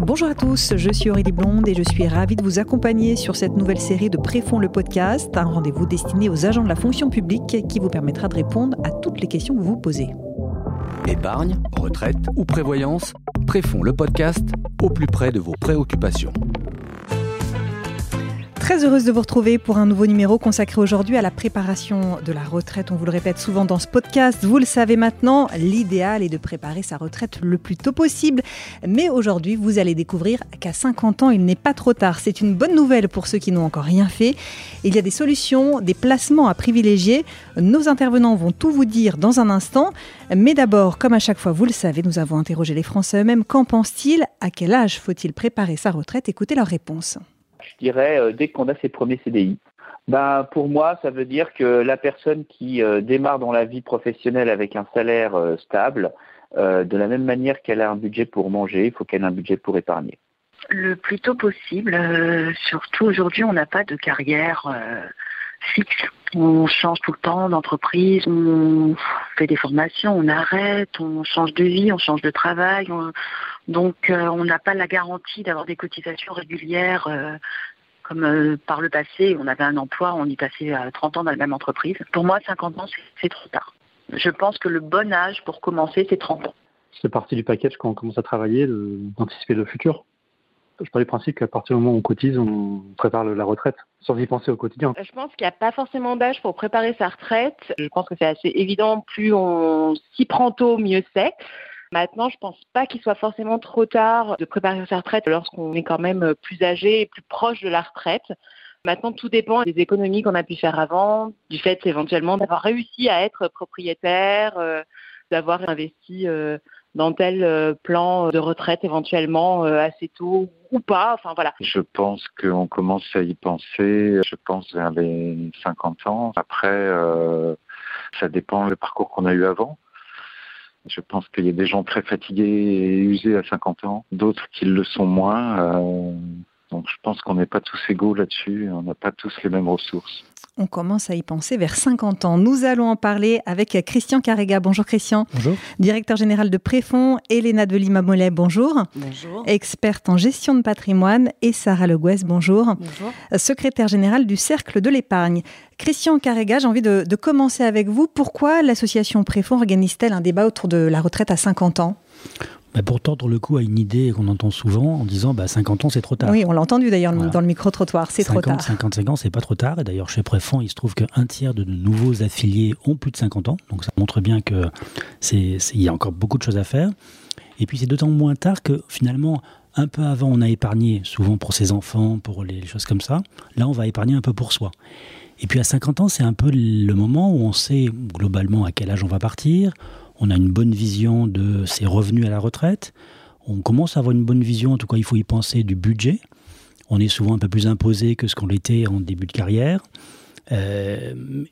Bonjour à tous, je suis Aurélie Blonde et je suis ravie de vous accompagner sur cette nouvelle série de Préfonds le podcast, un rendez-vous destiné aux agents de la fonction publique qui vous permettra de répondre à toutes les questions que vous vous posez. Épargne, retraite ou prévoyance, Préfonds le podcast au plus près de vos préoccupations. Très heureuse de vous retrouver pour un nouveau numéro consacré aujourd'hui à la préparation de la retraite. On vous le répète souvent dans ce podcast, vous le savez maintenant, l'idéal est de préparer sa retraite le plus tôt possible. Mais aujourd'hui, vous allez découvrir qu'à 50 ans, il n'est pas trop tard. C'est une bonne nouvelle pour ceux qui n'ont encore rien fait. Il y a des solutions, des placements à privilégier. Nos intervenants vont tout vous dire dans un instant. Mais d'abord, comme à chaque fois, vous le savez, nous avons interrogé les Français eux-mêmes. Qu'en pensent-ils ? À quel âge faut-il préparer sa retraite ? Écoutez leurs réponses. Je dirais dès qu'on a ses premiers CDI. Pour moi, ça veut dire que la personne qui démarre dans la vie professionnelle avec un salaire stable, de la même manière qu'elle a un budget pour manger, il faut qu'elle ait un budget pour épargner. Le plus tôt possible, surtout aujourd'hui, on n'a pas de carrière fixe. On change tout le temps d'entreprise, on fait des formations, on arrête, on change de vie, on change de travail. Donc, on n'a pas la garantie d'avoir des cotisations régulières comme par le passé. On avait un emploi, on y passait 30 ans dans la même entreprise. Pour moi, 50 ans, c'est trop tard. Je pense que le bon âge pour commencer, c'est 30 ans. C'est partie du package quand on commence à travailler, d'anticiper le futur. Je pars du principe qu'à partir du moment où on cotise, on prépare la retraite, sans y penser au quotidien. Je pense qu'il n'y a pas forcément d'âge pour préparer sa retraite. Je pense que c'est assez évident, plus on s'y prend tôt, mieux c'est. Maintenant, je ne pense pas qu'il soit forcément trop tard de préparer sa retraite lorsqu'on est quand même plus âgé et plus proche de la retraite. Maintenant, tout dépend des économies qu'on a pu faire avant, du fait éventuellement d'avoir réussi à être propriétaire, d'avoir investi dans tel plan de retraite éventuellement assez tôt ou pas. Enfin voilà. Je pense qu'on commence à y penser, je pense vers les 50 ans. Après, ça dépend du parcours qu'on a eu avant. Je pense qu'il y a des gens très fatigués et usés à 50 ans, d'autres qui le sont moins. Donc je pense qu'on n'est pas tous égaux là-dessus, on n'a pas tous les mêmes ressources. On commence à y penser vers 50 ans. Nous allons en parler avec Christian Carrega. Bonjour Christian. Bonjour. Directeur général de Préfonds. Elena de Lima-Mollet, bonjour. Bonjour. Experte en gestion de patrimoine. Et Sarah Legouès, bonjour. Bonjour. Secrétaire générale du Cercle de l'épargne. Christian Carrega, j'ai envie de commencer avec vous. Pourquoi l'association Préfonds organise-t-elle un débat autour de la retraite à 50 ans ? Pour tordre le cou à une idée qu'on entend souvent en disant 50 ans c'est trop tard. Oui, on l'a entendu d'ailleurs dans le micro-trottoir, c'est trop tard. 55 ans c'est pas trop tard, et d'ailleurs chez Préfonds il se trouve qu'un tiers de nouveaux affiliés ont plus de 50 ans, donc ça montre bien qu'il y a encore beaucoup de choses à faire. Et puis c'est d'autant moins tard que finalement un peu avant on a épargné, souvent pour ses enfants, pour les choses comme ça, là on va épargner un peu pour soi. Et puis à 50 ans c'est un peu le moment où on sait globalement à quel âge on va partir. On a une bonne vision de ses revenus à la retraite. On commence à avoir une bonne vision, en tout cas il faut y penser, du budget. On est souvent un peu plus imposé que ce qu'on l'était en début de carrière. Même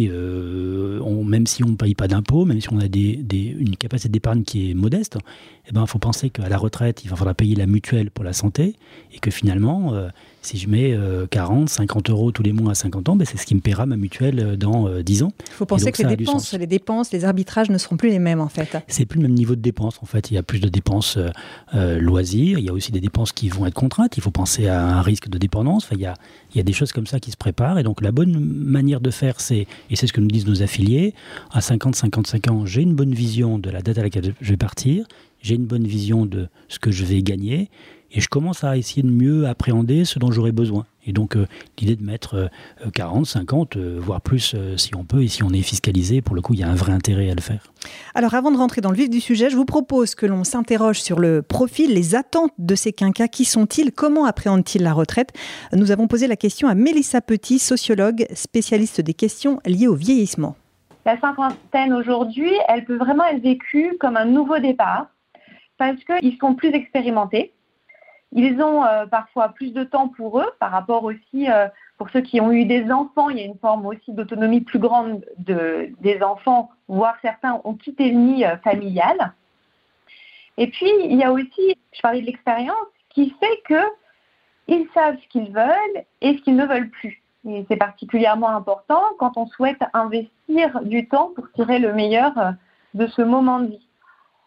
si on ne paye pas d'impôts, même si on a une capacité d'épargne qui est modeste, il faut penser qu'à la retraite, il va falloir payer la mutuelle pour la santé, et que finalement, si je mets 40, 50 euros tous les mois à 50 ans, c'est ce qui me paiera ma mutuelle dans 10 ans. Il faut penser que les dépenses, les arbitrages ne seront plus les mêmes en fait. C'est plus le même niveau de dépenses en fait. Il y a plus de dépenses loisirs, il y a aussi des dépenses qui vont être contraintes. Il faut penser à un risque de dépendance. Enfin, il y a des choses comme ça qui se préparent, et donc la bonne manière de faire, et c'est ce que nous disent nos affiliés, à 50-55 ans, j'ai une bonne vision de la date à laquelle je vais partir, j'ai une bonne vision de ce que je vais gagner, et je commence à essayer de mieux appréhender ce dont j'aurai besoin. Et donc l'idée de mettre 40, 50, voire plus si on peut, et si on est fiscalisé, pour le coup il y a un vrai intérêt à le faire. Alors avant de rentrer dans le vif du sujet, je vous propose que l'on s'interroge sur le profil, les attentes de ces quinquas. Qui sont-ils ? Comment appréhendent-ils la retraite ? Nous avons posé la question à Mélissa Petit, sociologue, spécialiste des questions liées au vieillissement. La cinquantaine aujourd'hui, elle peut vraiment être vécue comme un nouveau départ parce qu'ils sont plus expérimentés. Ils ont parfois plus de temps pour eux, par rapport aussi, pour ceux qui ont eu des enfants, il y a une forme aussi d'autonomie plus grande des enfants, voire certains ont quitté le nid familial. Et puis, il y a aussi, je parlais de l'expérience, qui fait qu'ils savent ce qu'ils veulent et ce qu'ils ne veulent plus. Et c'est particulièrement important quand on souhaite investir du temps pour tirer le meilleur de ce moment de vie.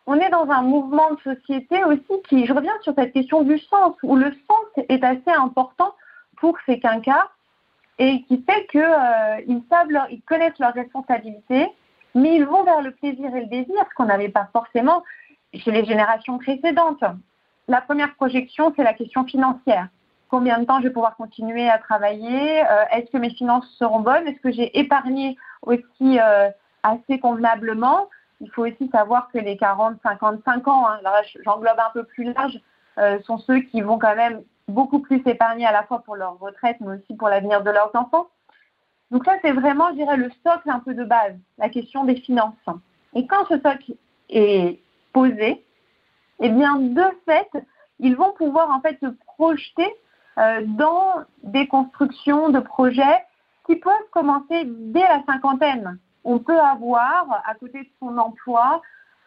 on est dans un mouvement de société aussi qui, je reviens sur cette question du sens, où le sens est assez important pour ces quinquas et qui fait qu'ils connaissent leurs responsabilités, mais ils vont vers le plaisir et le désir, ce qu'on n'avait pas forcément chez les générations précédentes. La première projection, c'est la question financière. Combien de temps je vais pouvoir continuer à travailler ? Est-ce que mes finances seront bonnes ? Est-ce que j'ai épargné aussi assez convenablement ? Il faut aussi savoir que les 40-55 ans, là j'englobe un peu plus large, sont ceux qui vont quand même beaucoup plus épargner à la fois pour leur retraite, mais aussi pour l'avenir de leurs enfants. Donc ça, c'est vraiment, je dirais, le socle un peu de base, la question des finances. Et quand ce socle est posé, eh bien, de fait, ils vont pouvoir en fait se projeter dans des constructions de projets qui peuvent commencer dès la cinquantaine. On peut avoir, à côté de son emploi,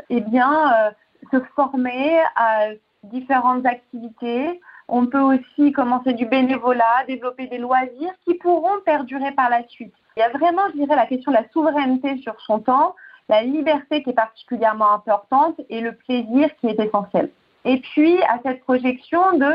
se former à différentes activités. On peut aussi commencer du bénévolat, développer des loisirs qui pourront perdurer par la suite. Il y a vraiment, je dirais, la question de la souveraineté sur son temps, la liberté qui est particulièrement importante et le plaisir qui est essentiel. Et puis, à cette projection de,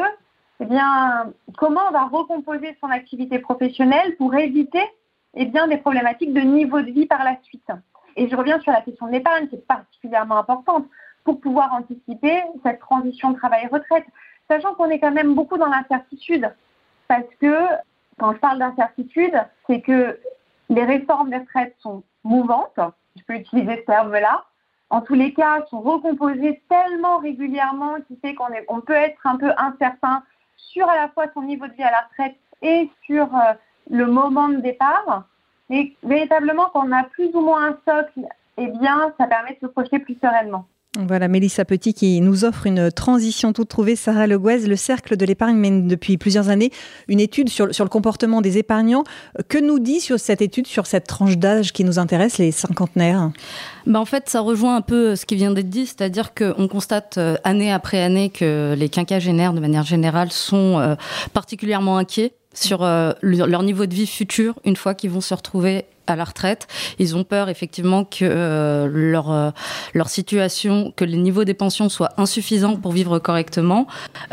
comment on va recomposer son activité professionnelle pour éviter des problématiques de niveau de vie par la suite. Et je reviens sur la question de l'épargne, qui est particulièrement importante pour pouvoir anticiper cette transition travail-retraite, sachant qu'on est quand même beaucoup dans l'incertitude. Parce que, quand je parle d'incertitude, c'est que les réformes des retraites sont mouvantes, je peux utiliser ce terme-là, en tous les cas, sont recomposées tellement régulièrement qui fait qu'on peut être un peu incertain sur à la fois son niveau de vie à la retraite et sur le moment de départ. Mais véritablement, quand on a plus ou moins un socle, ça permet de se projeter plus sereinement. Voilà, Mélissa Petit qui nous offre une transition toute trouvée. Sarah Le Gouez, le Cercle de l'épargne mène depuis plusieurs années une étude sur le comportement des épargnants. Que nous dit sur cette étude, sur cette tranche d'âge qui nous intéresse, les cinquantenaires ? En fait, ça rejoint un peu ce qui vient d'être dit, c'est-à-dire qu'on constate année après année que les quinquagénaires, de manière générale, sont particulièrement inquiets sur leur niveau de vie futur une fois qu'ils vont se retrouver à la retraite. Ils ont peur effectivement que leur situation, que le niveau des pensions soit insuffisant pour vivre correctement.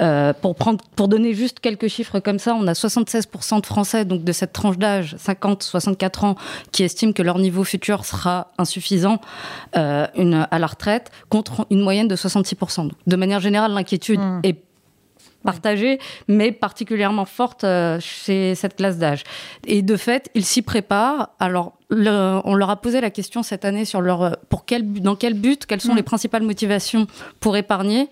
Pour donner juste quelques chiffres comme ça, on a 76% de Français, donc de cette tranche d'âge, 50-64 ans, qui estiment que leur niveau futur sera insuffisant à la retraite, contre une moyenne de 66%. Donc, de manière générale, l'inquiétude est partagée, mais particulièrement forte chez cette classe d'âge. Et de fait, ils s'y préparent. Alors, on leur a posé la question cette année sur dans quel but, quelles sont les principales motivations pour épargner.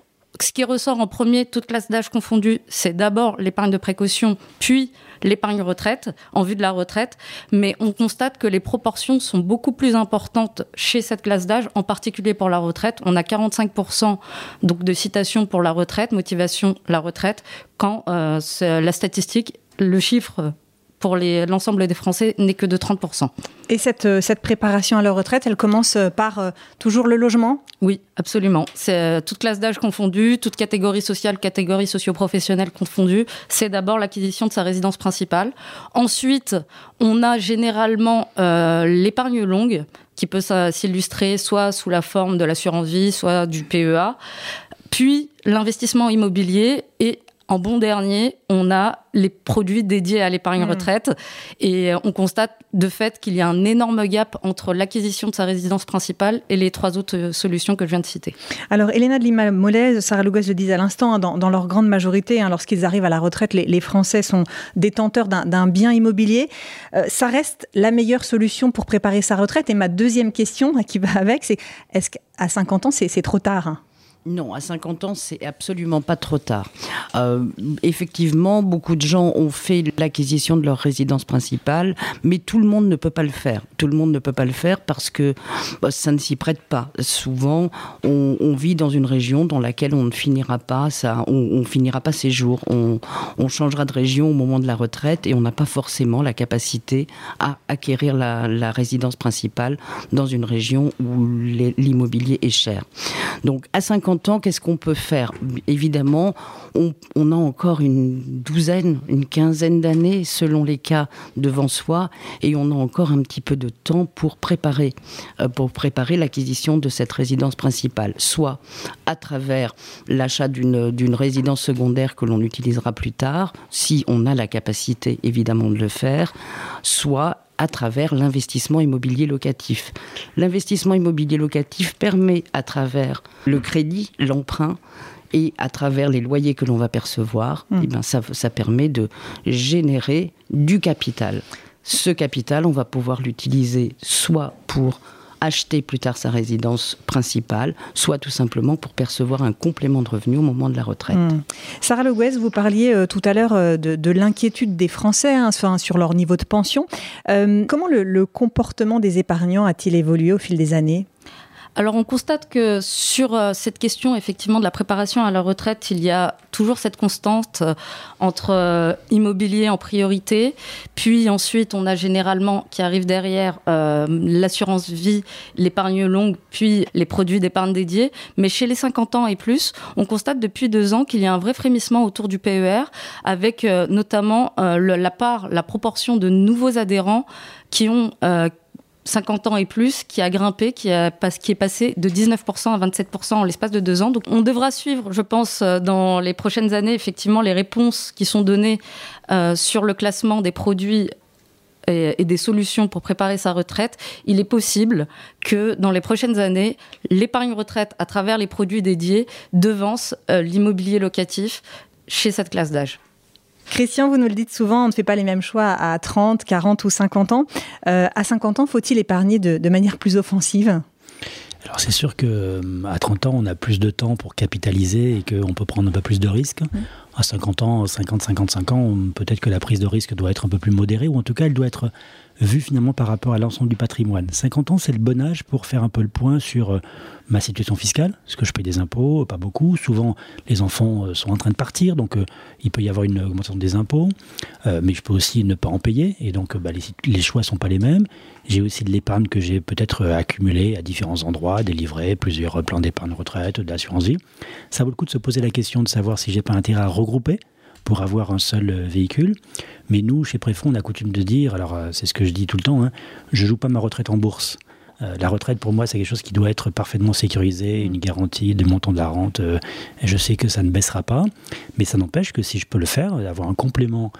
Ce qui ressort en premier, toute classe d'âge confondue, c'est d'abord l'épargne de précaution, puis l'épargne retraite, en vue de la retraite. Mais on constate que les proportions sont beaucoup plus importantes chez cette classe d'âge, en particulier pour la retraite. On a 45% donc, de citations pour la retraite, motivation la retraite, quand la statistique, le chiffre pour l'ensemble des Français n'est que de 30%. Et cette préparation à la retraite, elle commence par toujours le logement ? Oui, absolument. C'est toute classe d'âge confondue, toute catégorie sociale, catégorie socio-professionnelle confondue. C'est d'abord l'acquisition de sa résidence principale. Ensuite, on a généralement l'épargne longue, qui peut s'illustrer soit sous la forme de l'assurance vie, soit du PEA. Puis l'investissement immobilier et en bon dernier, on a les produits dédiés à l'épargne retraite et on constate de fait qu'il y a un énorme gap entre l'acquisition de sa résidence principale et les trois autres solutions que je viens de citer. Alors, Elena de Lima-Molez, Sarah Le Gouez le disait à l'instant, dans leur grande majorité, lorsqu'ils arrivent à la retraite, les Français sont détenteurs d'un bien immobilier. Ça reste la meilleure solution pour préparer sa retraite. Et ma deuxième question qui va avec, c'est est-ce qu'à 50 ans, c'est trop tard ? Non, à 50 ans, c'est absolument pas trop tard. Effectivement, beaucoup de gens ont fait l'acquisition de leur résidence principale, mais tout le monde ne peut pas le faire. Tout le monde ne peut pas le faire parce que ça ne s'y prête pas. Souvent, on vit dans une région dans laquelle on ne finira pas on finira pas ses jours. On changera de région au moment de la retraite et on n'a pas forcément la capacité à acquérir la résidence principale dans une région où l'immobilier est cher. Donc, à 50 50 ans, qu'est-ce qu'on peut faire ? Évidemment, on a encore une quinzaine d'années, selon les cas, devant soi, et on a encore un petit peu de temps pour préparer l'acquisition de cette résidence principale, soit à travers l'achat d'une résidence secondaire que l'on utilisera plus tard, si on a la capacité évidemment de le faire, soit à travers l'investissement immobilier locatif. L'investissement immobilier locatif permet, à travers le crédit, l'emprunt, et à travers les loyers que l'on va percevoir, ça permet de générer du capital. Ce capital, on va pouvoir l'utiliser soit pour acheter plus tard sa résidence principale, soit tout simplement pour percevoir un complément de revenu au moment de la retraite. Sarah Le Gouez, vous parliez tout à l'heure de l'inquiétude des Français sur leur niveau de pension. Comment le comportement des épargnants a-t-il évolué au fil des années ? Alors on constate que sur cette question effectivement de la préparation à la retraite, il y a toujours cette constante entre immobilier en priorité, puis ensuite on a généralement qui arrive derrière l'assurance vie, l'épargne longue, puis les produits d'épargne dédiés. Mais chez les 50 ans et plus, on constate depuis 2 ans qu'il y a un vrai frémissement autour du PER, avec notamment la proportion de nouveaux adhérents qui ont 50 ans et plus, qui a grimpé, qui est passé de 19% à 27% en l'espace de 2 ans. Donc on devra suivre, je pense, dans les prochaines années, effectivement, les réponses qui sont données sur le classement des produits et des solutions pour préparer sa retraite. Il est possible que dans les prochaines années, l'épargne retraite à travers les produits dédiés devance l'immobilier locatif chez cette classe d'âge. Christian, vous nous le dites souvent, on ne fait pas les mêmes choix à 30, 40 ou 50 ans. À 50 ans, faut-il épargner de manière plus offensive ? Alors c'est sûr qu'à 30 ans, on a plus de temps pour capitaliser et qu'on peut prendre un peu plus de risques. À 50 ans, 55 ans, peut-être que la prise de risque doit être un peu plus modérée, ou en tout cas, elle doit être vue finalement par rapport à l'ensemble du patrimoine. 50 ans, c'est le bon âge pour faire un peu le point sur ma situation fiscale. Est-ce que je paye des impôts ? Pas beaucoup. Souvent, les enfants sont en train de partir, donc il peut y avoir une augmentation des impôts, mais je peux aussi ne pas en payer, et donc les choix ne sont pas les mêmes. J'ai aussi de l'épargne que j'ai peut-être accumulée à différents endroits, des livrets, plusieurs plans d'épargne retraite, d'assurance vie. Ça vaut le coup de se poser la question de savoir si j'ai pas intérêt à regrouper pour avoir un seul véhicule. Mais nous, chez Préfonds, on a coutume de dire, alors c'est ce que je dis tout le temps, je ne joue pas ma retraite en bourse. La retraite, pour moi, c'est quelque chose qui doit être parfaitement sécurisé, une garantie du montant de la rente. Je sais que ça ne baissera pas, mais ça n'empêche que si je peux le faire, avoir un complément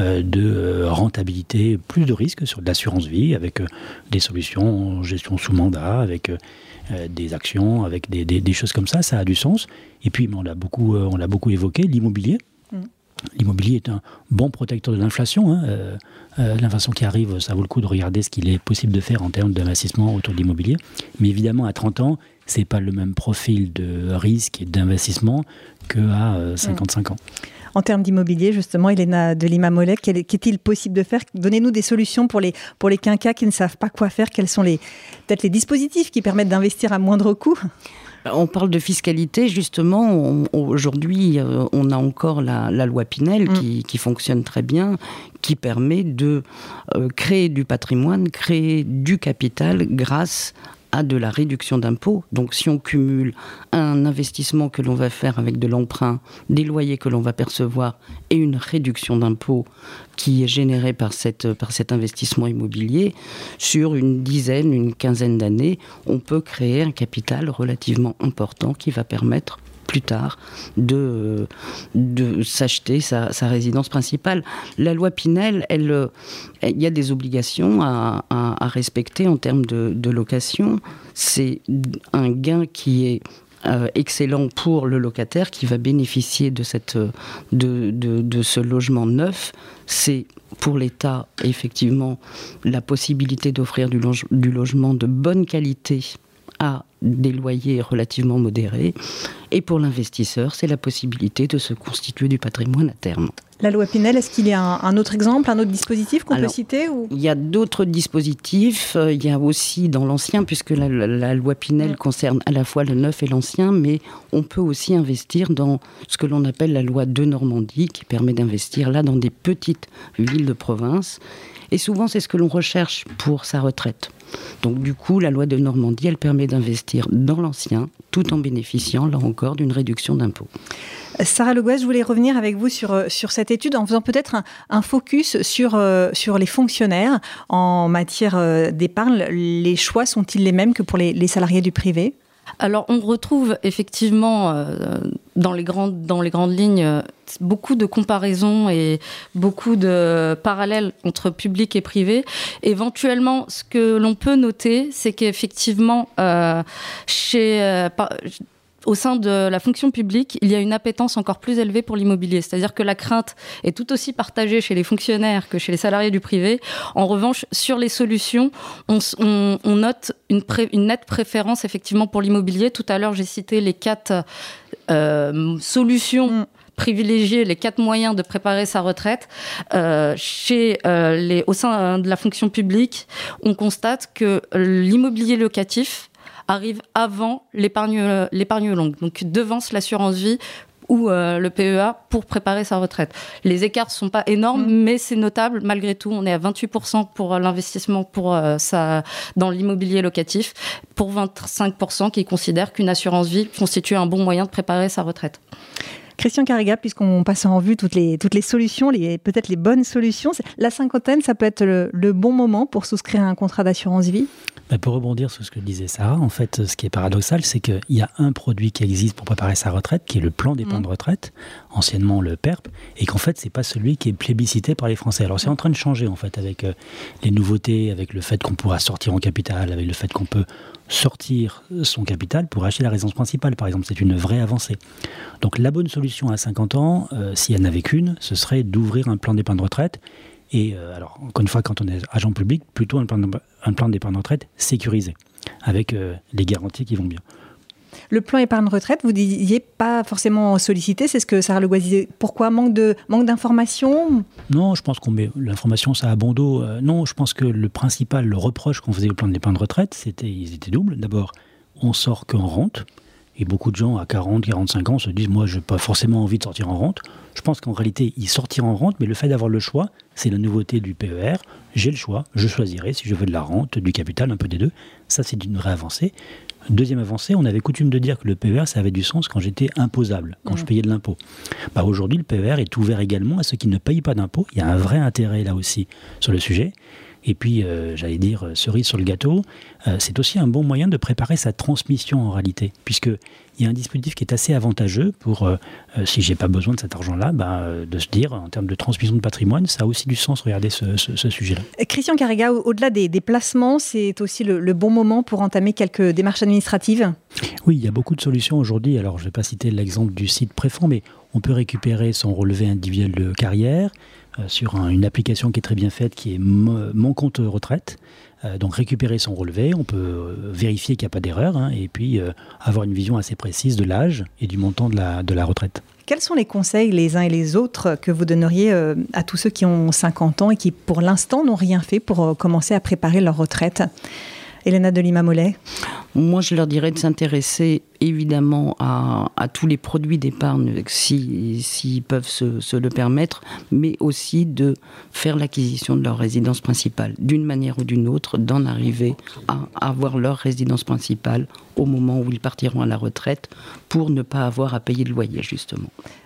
de rentabilité, plus de risques sur de l'assurance vie, avec des solutions en gestion sous mandat, avec des actions, avec des choses comme ça a du sens. Et puis, on l'a beaucoup évoqué, l'immobilier. L'immobilier est un bon protecteur de l'inflation. L'inflation qui arrive, ça vaut le coup de regarder ce qu'il est possible de faire en termes d'investissement autour de l'immobilier. Mais évidemment, à 30 ans, ce n'est pas le même profil de risque et d'investissement qu'à 55 ans. En termes d'immobilier, justement, Elena de Lima-Mollet, qu'est-il possible de faire ? Donnez-nous des solutions pour les quinquas qui ne savent pas quoi faire. Quels sont peut-être les dispositifs qui permettent d'investir à moindre coût ? On parle de fiscalité, justement. Aujourd'hui, on a encore la loi Pinel qui fonctionne très bien, qui permet de créer du patrimoine, créer du capital grâce à de la réduction d'impôts. Donc si on cumule un investissement que l'on va faire avec de l'emprunt, des loyers que l'on va percevoir et une réduction d'impôts qui est générée par cet investissement immobilier, sur une quinzaine d'années, on peut créer un capital relativement important qui va permettre plus tard de s'acheter sa résidence principale. La loi Pinel, il y a des obligations à respecter en termes de location. C'est un gain qui est excellent pour le locataire qui va bénéficier de ce logement neuf. C'est pour l'État, effectivement, la possibilité d'offrir du logement de bonne qualité à des loyers relativement modérés. Et pour l'investisseur, c'est la possibilité de se constituer du patrimoine à terme. La loi Pinel, est-ce qu'il y a un autre exemple, un autre dispositif qu'on peut citer Il y a d'autres dispositifs. Il y a aussi dans l'ancien, puisque la loi Pinel concerne à la fois le neuf et l'ancien, mais on peut aussi investir dans ce que l'on appelle la loi de Normandie, qui permet d'investir là dans des petites villes de province. Et souvent, c'est ce que l'on recherche pour sa retraite. Donc du coup, la loi de Normandie, elle permet d'investir investir dans l'ancien, tout en bénéficiant, là encore, d'une réduction d'impôts. Sarah Le Gouez, je voulais revenir avec vous sur cette étude en faisant peut-être un focus sur les fonctionnaires en matière d'épargne. Les choix sont-ils les mêmes que pour les salariés du privé ? Alors, on retrouve effectivement dans les grandes lignes beaucoup de comparaisons et beaucoup de parallèles entre public et privé. Éventuellement, ce que l'on peut noter, c'est qu'effectivement, au sein de la fonction publique, il y a une appétence encore plus élevée pour l'immobilier. C'est-à-dire que la crainte est tout aussi partagée chez les fonctionnaires que chez les salariés du privé. En revanche, sur les solutions, on note une nette préférence effectivement pour l'immobilier. Tout à l'heure, j'ai cité les 4 solutions privilégiées, les 4 moyens de préparer sa retraite. Au sein de la fonction publique, on constate que l'immobilier locatif arrive avant l'épargne longue, donc devance l'assurance vie ou le PEA pour préparer sa retraite. Les écarts ne sont pas énormes, mais c'est notable malgré tout. On est à 28% pour l'investissement dans l'immobilier locatif, pour 25% qui considèrent qu'une assurance vie constitue un bon moyen de préparer sa retraite. Christian Carrega, puisqu'on passe en revue toutes les solutions, peut-être les bonnes solutions, la cinquantaine, ça peut être le bon moment pour souscrire à un contrat d'assurance vie ? Pour rebondir sur ce que disait Sarah, en fait, ce qui est paradoxal, c'est qu'il y a un produit qui existe pour préparer sa retraite, qui est le plan d'épargne retraite, anciennement le PERP, et qu'en fait, c'est pas celui qui est plébiscité par les Français. Alors, c'est en train de changer, en fait, avec les nouveautés, avec le fait qu'on pourra sortir en capital, avec le fait qu'on peut sortir son capital pour acheter la résidence principale, par exemple. C'est une vraie avancée. Donc, la bonne solution à 50 ans, si elle n'avait qu'une, ce serait d'ouvrir un plan d'épargne retraite. Et alors, encore une fois, quand on est agent public, plutôt un plan d'épargne retraite sécurisé, avec les garanties qui vont bien. Le plan épargne retraite, vous disiez pas forcément sollicité, c'est ce que Sarah Le Gouez disait. Pourquoi ? Manque d'informations ? Non, je pense qu'on met l'information, ça a bon dos. Non, je pense que le reproche qu'on faisait au plan d'épargne retraite, ils étaient doubles. D'abord, on sort qu'en rente. Et beaucoup de gens à 40, 45 ans se disent « moi, je n'ai pas forcément envie de sortir en rente ». Je pense qu'en réalité, ils sortiront en rente, mais le fait d'avoir le choix, c'est la nouveauté du PER. J'ai le choix, je choisirai si je veux de la rente, du capital, un peu des deux. Ça, c'est une vraie avancée. Deuxième avancée, on avait coutume de dire que le PER, ça avait du sens quand j'étais imposable, quand je payais de l'impôt. Aujourd'hui, le PER est ouvert également à ceux qui ne payent pas d'impôt. Il y a un vrai intérêt là aussi sur le sujet. Et puis, j'allais dire, cerise sur le gâteau, c'est aussi un bon moyen de préparer sa transmission en réalité, puisqu'il y a un dispositif qui est assez avantageux pour, si je n'ai pas besoin de cet argent-là, de se dire, en termes de transmission de patrimoine, ça a aussi du sens, regardez ce sujet-là. Christian Carrega, au-delà des placements, c'est aussi le bon moment pour entamer quelques démarches administratives ? Oui, il y a beaucoup de solutions aujourd'hui. Alors, je ne vais pas citer l'exemple du site Préfonds, mais on peut récupérer son relevé individuel de carrière, sur une application qui est très bien faite, qui est Mon compte retraite. Donc récupérer son relevé, on peut vérifier qu'il n'y a pas d'erreur, et puis avoir une vision assez précise de l'âge et du montant de la retraite. Quels sont les conseils les uns et les autres que vous donneriez à tous ceux qui ont 50 ans et qui pour l'instant n'ont rien fait pour commencer à préparer leur retraite ? Elena de Lima-Mollet. Moi, je leur dirais de s'intéresser évidemment à tous les produits d'épargne s'ils peuvent se le permettre, mais aussi de faire l'acquisition de leur résidence principale, d'une manière ou d'une autre, d'en arriver à avoir leur résidence principale au moment où ils partiront à la retraite pour ne pas avoir à payer de loyer, justement.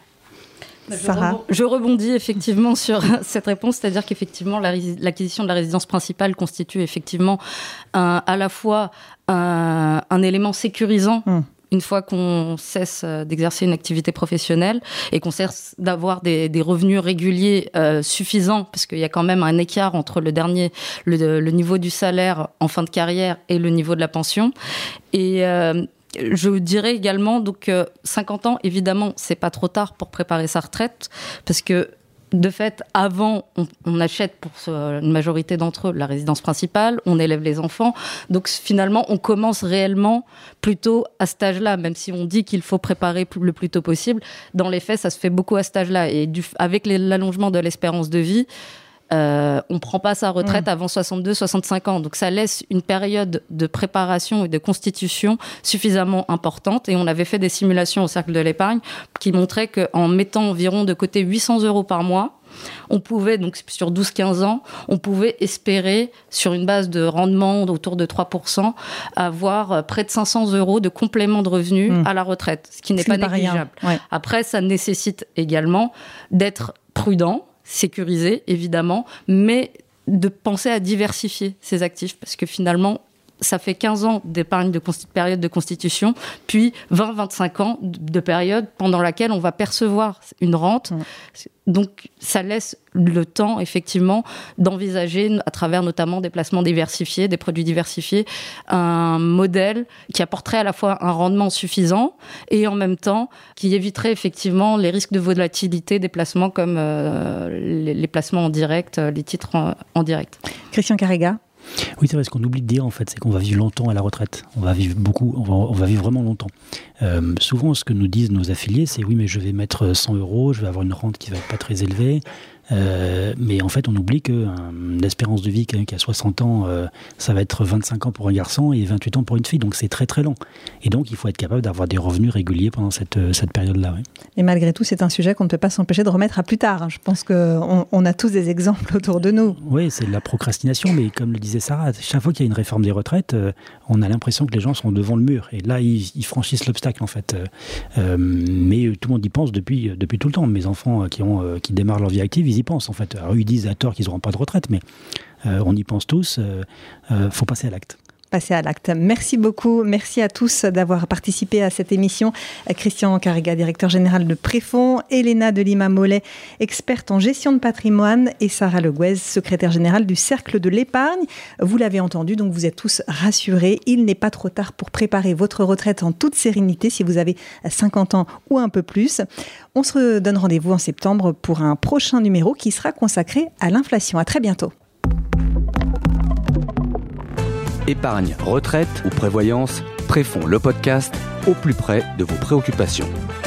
Sarah. Je rebondis effectivement sur cette réponse, c'est-à-dire qu'effectivement l'acquisition de la résidence principale constitue effectivement à la fois un élément sécurisant une fois qu'on cesse d'exercer une activité professionnelle et qu'on cesse d'avoir des revenus réguliers suffisants, parce qu'il y a quand même un écart entre le niveau du salaire en fin de carrière et le niveau de la pension. Et je dirais également, 50 ans, évidemment, c'est pas trop tard pour préparer sa retraite, parce que de fait, avant, on achète pour une majorité d'entre eux la résidence principale, on élève les enfants. Donc finalement, on commence réellement plutôt à cet âge-là, même si on dit qu'il faut préparer le plus tôt possible. Dans les faits, ça se fait beaucoup à cet âge-là. Et avec l'allongement de l'espérance de vie, on ne prend pas sa retraite avant 62-65 ans. Donc ça laisse une période de préparation et de constitution suffisamment importante. Et on avait fait des simulations au Cercle de l'épargne qui montraient qu'en mettant environ de côté 800 € par mois, on pouvait, donc sur 12-15 ans, on pouvait espérer, sur une base de rendement autour de 3%, avoir près de 500 € de complément de revenus à la retraite, ce qui n'est pas négligeable. Ouais. Après, ça nécessite également d'être prudent, sécurisé, évidemment, mais de penser à diversifier ses actifs, parce que finalement, ça fait 15 ans d'épargne de période de constitution, puis 20-25 ans de période pendant laquelle on va percevoir une rente. Donc, ça laisse le temps, effectivement, d'envisager, à travers notamment des placements diversifiés, des produits diversifiés, un modèle qui apporterait à la fois un rendement suffisant et en même temps qui éviterait effectivement les risques de volatilité des placements comme les placements en direct, les titres en direct. Christian Carrega. Oui, c'est vrai, ce qu'on oublie de dire, en fait, c'est qu'on va vivre longtemps à la retraite. On va vivre beaucoup, on va vivre vraiment longtemps. Souvent, ce que nous disent nos affiliés, c'est oui, mais je vais mettre 100 €, je vais avoir une rente qui va être pas très élevée. Mais en fait, on oublie qu'une espérance de vie, quelqu'un qui a 60 ans, ça va être 25 ans pour un garçon et 28 ans pour une fille. Donc, c'est très, très long. Et donc, il faut être capable d'avoir des revenus réguliers pendant cette période-là. Oui. Et malgré tout, c'est un sujet qu'on ne peut pas s'empêcher de remettre à plus tard. Je pense qu'on a tous des exemples autour de nous. Oui, c'est de la procrastination. Mais comme le disait Sarah, chaque fois qu'il y a une réforme des retraites, on a l'impression que les gens sont devant le mur. Et là, ils franchissent l'obstacle, en fait. Mais tout le monde y pense depuis tout le temps. Mes enfants qui démarrent leur vie active, ils y pensent en fait. Alors, ils disent à tort qu'ils n'auront pas de retraite, mais on y pense tous. Faut passer à l'acte. Passer à l'acte. Merci beaucoup. Merci à tous d'avoir participé à cette émission. Christian Carrega, directeur général de Préfonds, Elena de Lima-Mollet, experte en gestion de patrimoine, et Sarah Leguez, secrétaire générale du Cercle de l'épargne. Vous l'avez entendu, donc vous êtes tous rassurés. Il n'est pas trop tard pour préparer votre retraite en toute sérénité si vous avez 50 ans ou un peu plus. On se donne rendez-vous en septembre pour un prochain numéro qui sera consacré à l'inflation. À très bientôt. Épargne, retraite ou prévoyance, Préfonds le podcast au plus près de vos préoccupations.